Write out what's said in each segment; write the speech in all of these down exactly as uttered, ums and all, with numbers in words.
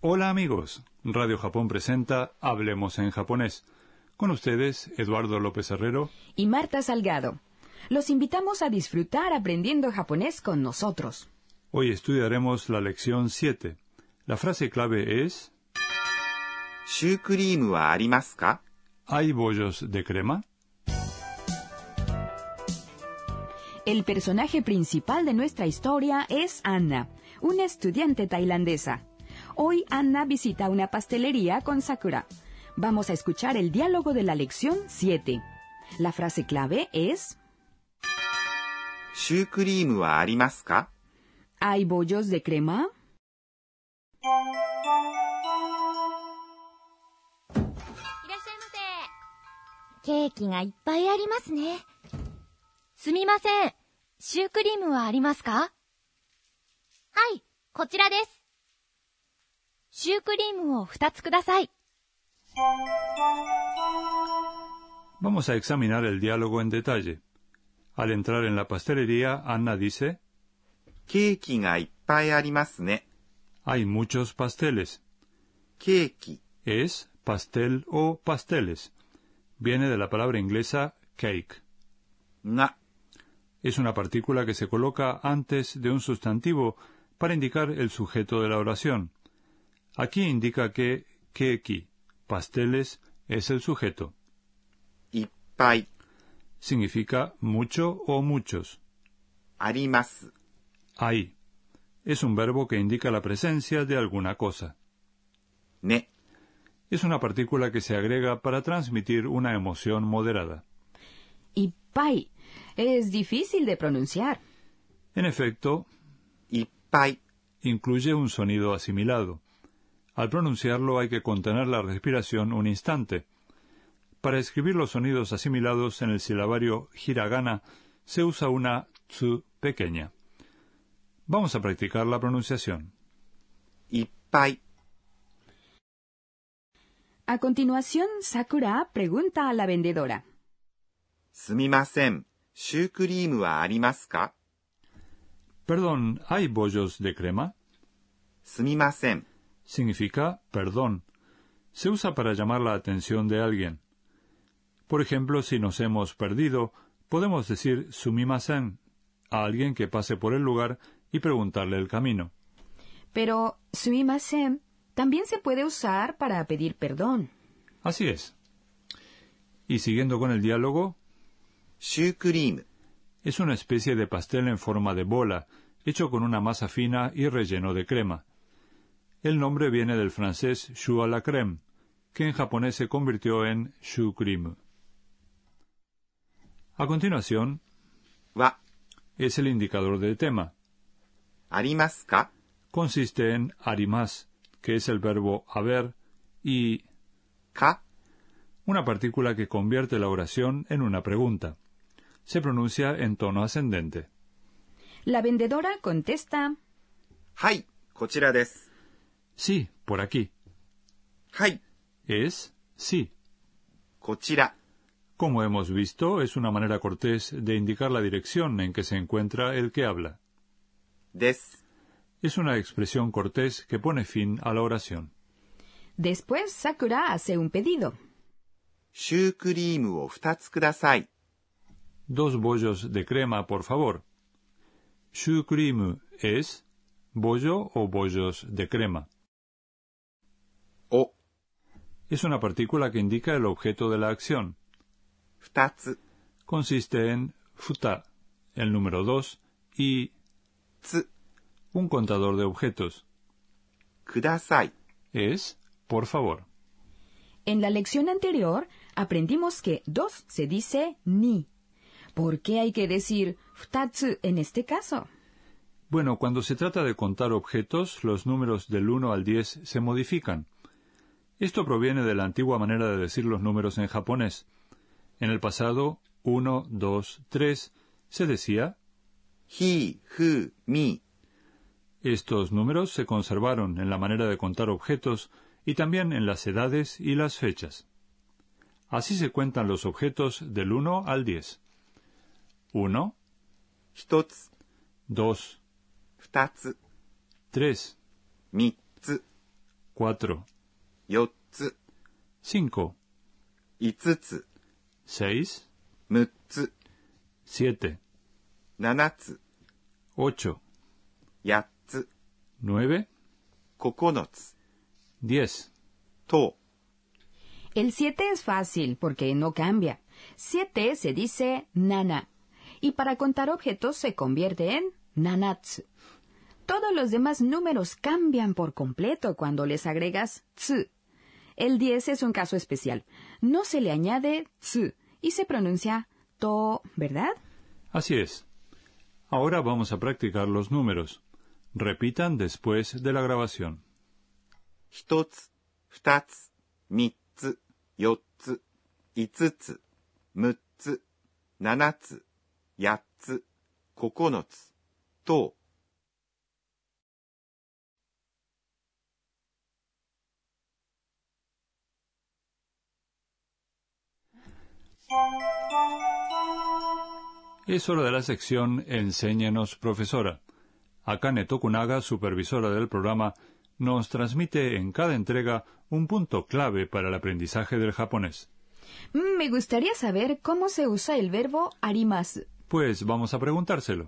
Hola amigos, Radio Japón presenta Hablemos en japonés. Con ustedes, Eduardo López Herrero y Marta Salgado. Los invitamos a disfrutar aprendiendo japonés con nosotros. Hoy estudiaremos la lección siete. La frase clave es... ¿Shū-cream wa arimasu ka? ¿Hay bollos de crema? El personaje principal de nuestra historia es Anna, una estudiante tailandesa. Hoy Anna visita una pastelería con Sakura. Vamos a escuchar el diálogo de la lección siete. La frase clave es... ¿Shū-cream wa arimasu ka? ¿Hay bollos de crema? ケーキがいっぱいありますね。すみません。シュークリームはありますか？はい、こちらです。シュークリームをふたつください。 Vamos a examinar el diálogo en detalle. Al entrar en la pastelería, Anna dice... ケーキがいっぱいありますね。 Hay muchos pasteles. ケーキ Es pastel o pasteles. Viene de la palabra inglesa cake. が Es una partícula que se coloca antes de un sustantivo para indicar el sujeto de la oración. Aquí indica que keiki, pasteles, es el sujeto. いっぱい Significa mucho o muchos. あります Hay. Es un verbo que indica la presencia de alguna cosa. ね Es una partícula que se agrega para transmitir una emoción moderada. Ippai. Es difícil de pronunciar. En efecto, いっぱい incluye un sonido asimilado. Al pronunciarlo hay que contener la respiración un instante. Para escribir los sonidos asimilados en el silabario hiragana se usa una tsu pequeña. Vamos a practicar la pronunciación. いっぱい A continuación, Sakura pregunta a la vendedora. すみません。シュークリームはありますか？ Perdón, ¿hay bollos de crema? すみません。 Significa perdón. Se usa para llamar la atención de alguien. Por ejemplo, si nos hemos perdido, podemos decir sumimasen a alguien que pase por el lugar y preguntarle el camino. Pero sumimasen también se puede usar para pedir perdón. Así es. Y siguiendo con el diálogo, シュークリーム es una especie de pastel en forma de bola, hecho con una masa fina y relleno de crema. El nombre viene del francés choux à la crème, que en japonés se convirtió en shū-cream. A continuación, は es el indicador del tema. ありますか？ Consiste en arimas, que es el verbo haber, y か una partícula que convierte la oración en una pregunta. Se pronuncia en tono ascendente. La vendedora contesta. はい、こちらです。 Sí, por aquí. はい、 Es sí. こちら Como hemos visto, es una manera cortés de indicar la dirección en que se encuentra el que habla. です。 Es una expresión cortés que pone fin a la oración. Después, Sakura hace un pedido. シュークリームをふたつください。 Dos bollos de crema, por favor. Shū-cream es bollo o bollos de crema. お Es una partícula que indica el objeto de la acción. ふたつ Consiste en futa, el número dos, y つ un contador de objetos. ください。 Es por favor. En la lección anterior, aprendimos que dos se dice ni. ¿Por qué hay que decir futatsu en este caso? Bueno, cuando se trata de contar objetos, los números del uno al diez se modifican. Esto proviene de la antigua manera de decir los números en japonés. En el pasado, uno, dos, tres, se decía ひ、ふ、み Estos números se conservaron en la manera de contar objetos y también en las edades y las fechas. Así se cuentan los objetos del uno al diez. uno, 一つ dos, 二つ tres, 三つ cuatro, よっつ、 cinco, いつつ、 seis, むっつ、 siete, ななつ、 ocho, やっつ、 nueve, ここのつ、 diez. と、 El siete es fácil porque no cambia. Siete se dice nana. Y para contar objetos se convierte en nanatsu. Todos los demás números cambian por completo cuando les agregas tsu. El diez es un caso especial. No se le añade tsu y se pronuncia to, ¿verdad? Así es. Ahora vamos a practicar los números. Repitan después de la grabación. 一つ、二つ、三つ、四つ、五つ、六つ、七つ、八つ、九つ、と、 Es hora de la sección Enséñenos, profesora. Akane Tokunaga, supervisora del programa, nos transmite en cada entrega un punto clave para el aprendizaje del japonés. Me gustaría saber cómo se usa el verbo arimasu. Pues vamos a preguntárselo.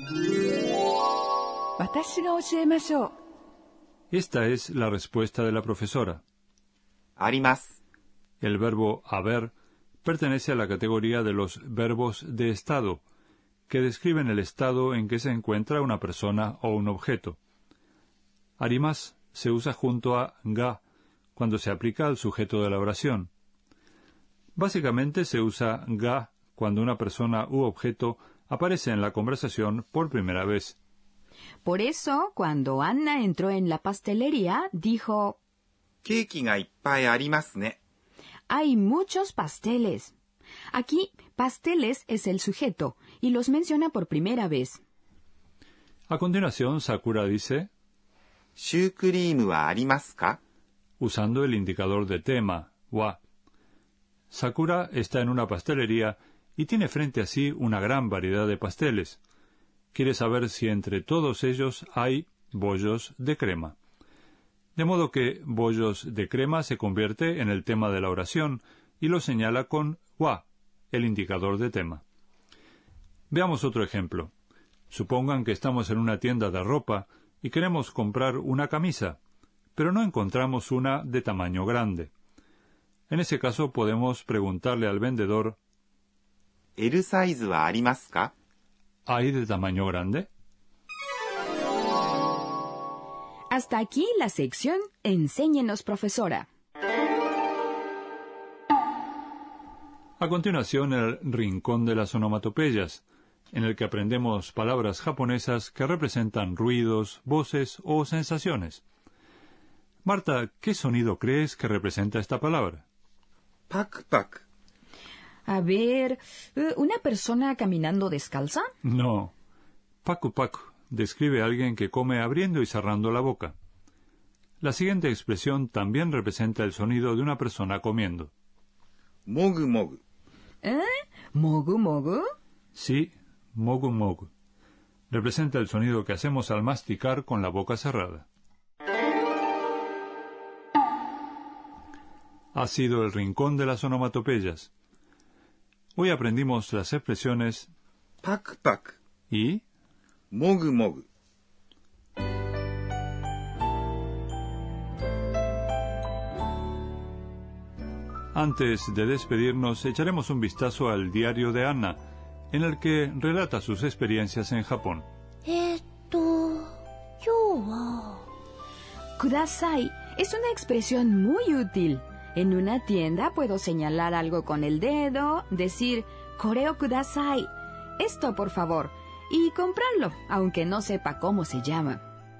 Esta es la respuesta de la profesora. あります。 El verbo haber pertenece a la categoría de los verbos de estado, que describen el estado en que se encuentra una persona o un objeto. Arimas se usa junto a ga cuando se aplica al sujeto de la oración. Básicamente se usa ga cuando una persona u objeto aparece en la conversación por primera vez. Por eso, cuando Anna entró en la pastelería, dijo, ケーキがいっぱいありますね。 hay muchos pasteles. Aquí, pasteles es el sujeto, y los menciona por primera vez. A continuación, Sakura dice, シュークリームはありますか？ usando el indicador de tema, wa. Sakura está en una pastelería y tiene frente a sí una gran variedad de pasteles. Quiere saber si entre todos ellos hay bollos de crema. De modo que bollos de crema se convierte en el tema de la oración y lo señala con wa, el indicador de tema. Veamos otro ejemplo. Supongan que estamos en una tienda de ropa y queremos comprar una camisa, pero no encontramos una de tamaño grande. En ese caso podemos preguntarle al vendedor, L サイズはありますか？ ¿hay de tamaño grande? Hasta aquí la sección Enséñenos, profesora. A continuación, el rincón de las onomatopeyas, en el que aprendemos palabras japonesas que representan ruidos, voces o sensaciones. Marta, ¿qué sonido crees que representa esta palabra? パクパク。 A ver, ¿una persona caminando descalza? No. Paku paku describe a alguien que come abriendo y cerrando la boca. La siguiente expresión también representa el sonido de una persona comiendo. もぐもぐ。 ¿Eh? ¿Mogu mogu? Sí, mogu mogu. Representa el sonido que hacemos al masticar con la boca cerrada. Ha sido el rincón de las onomatopeyas. Hoy aprendimos las expresiones パクパク。 y もぐもぐ。 Antes de despedirnos, echaremos un vistazo al diario de Anna, en el que relata sus experiencias en Japón. えーっと、今日は、 Kudasai es una expresión muy útil. En una tienda puedo señalar algo con el dedo, decir, koreo kudasai, esto por favor, y comprarlo, aunque no sepa cómo se llama.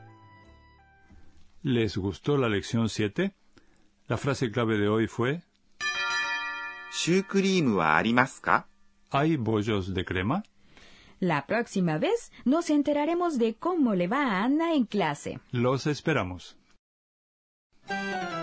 ¿Les gustó la lección siete? La frase clave de hoy fue シュークリームはありますか？ ¿hay bollos de crema? La próxima vez nos enteraremos de cómo le va a Anna en clase. Los esperamos.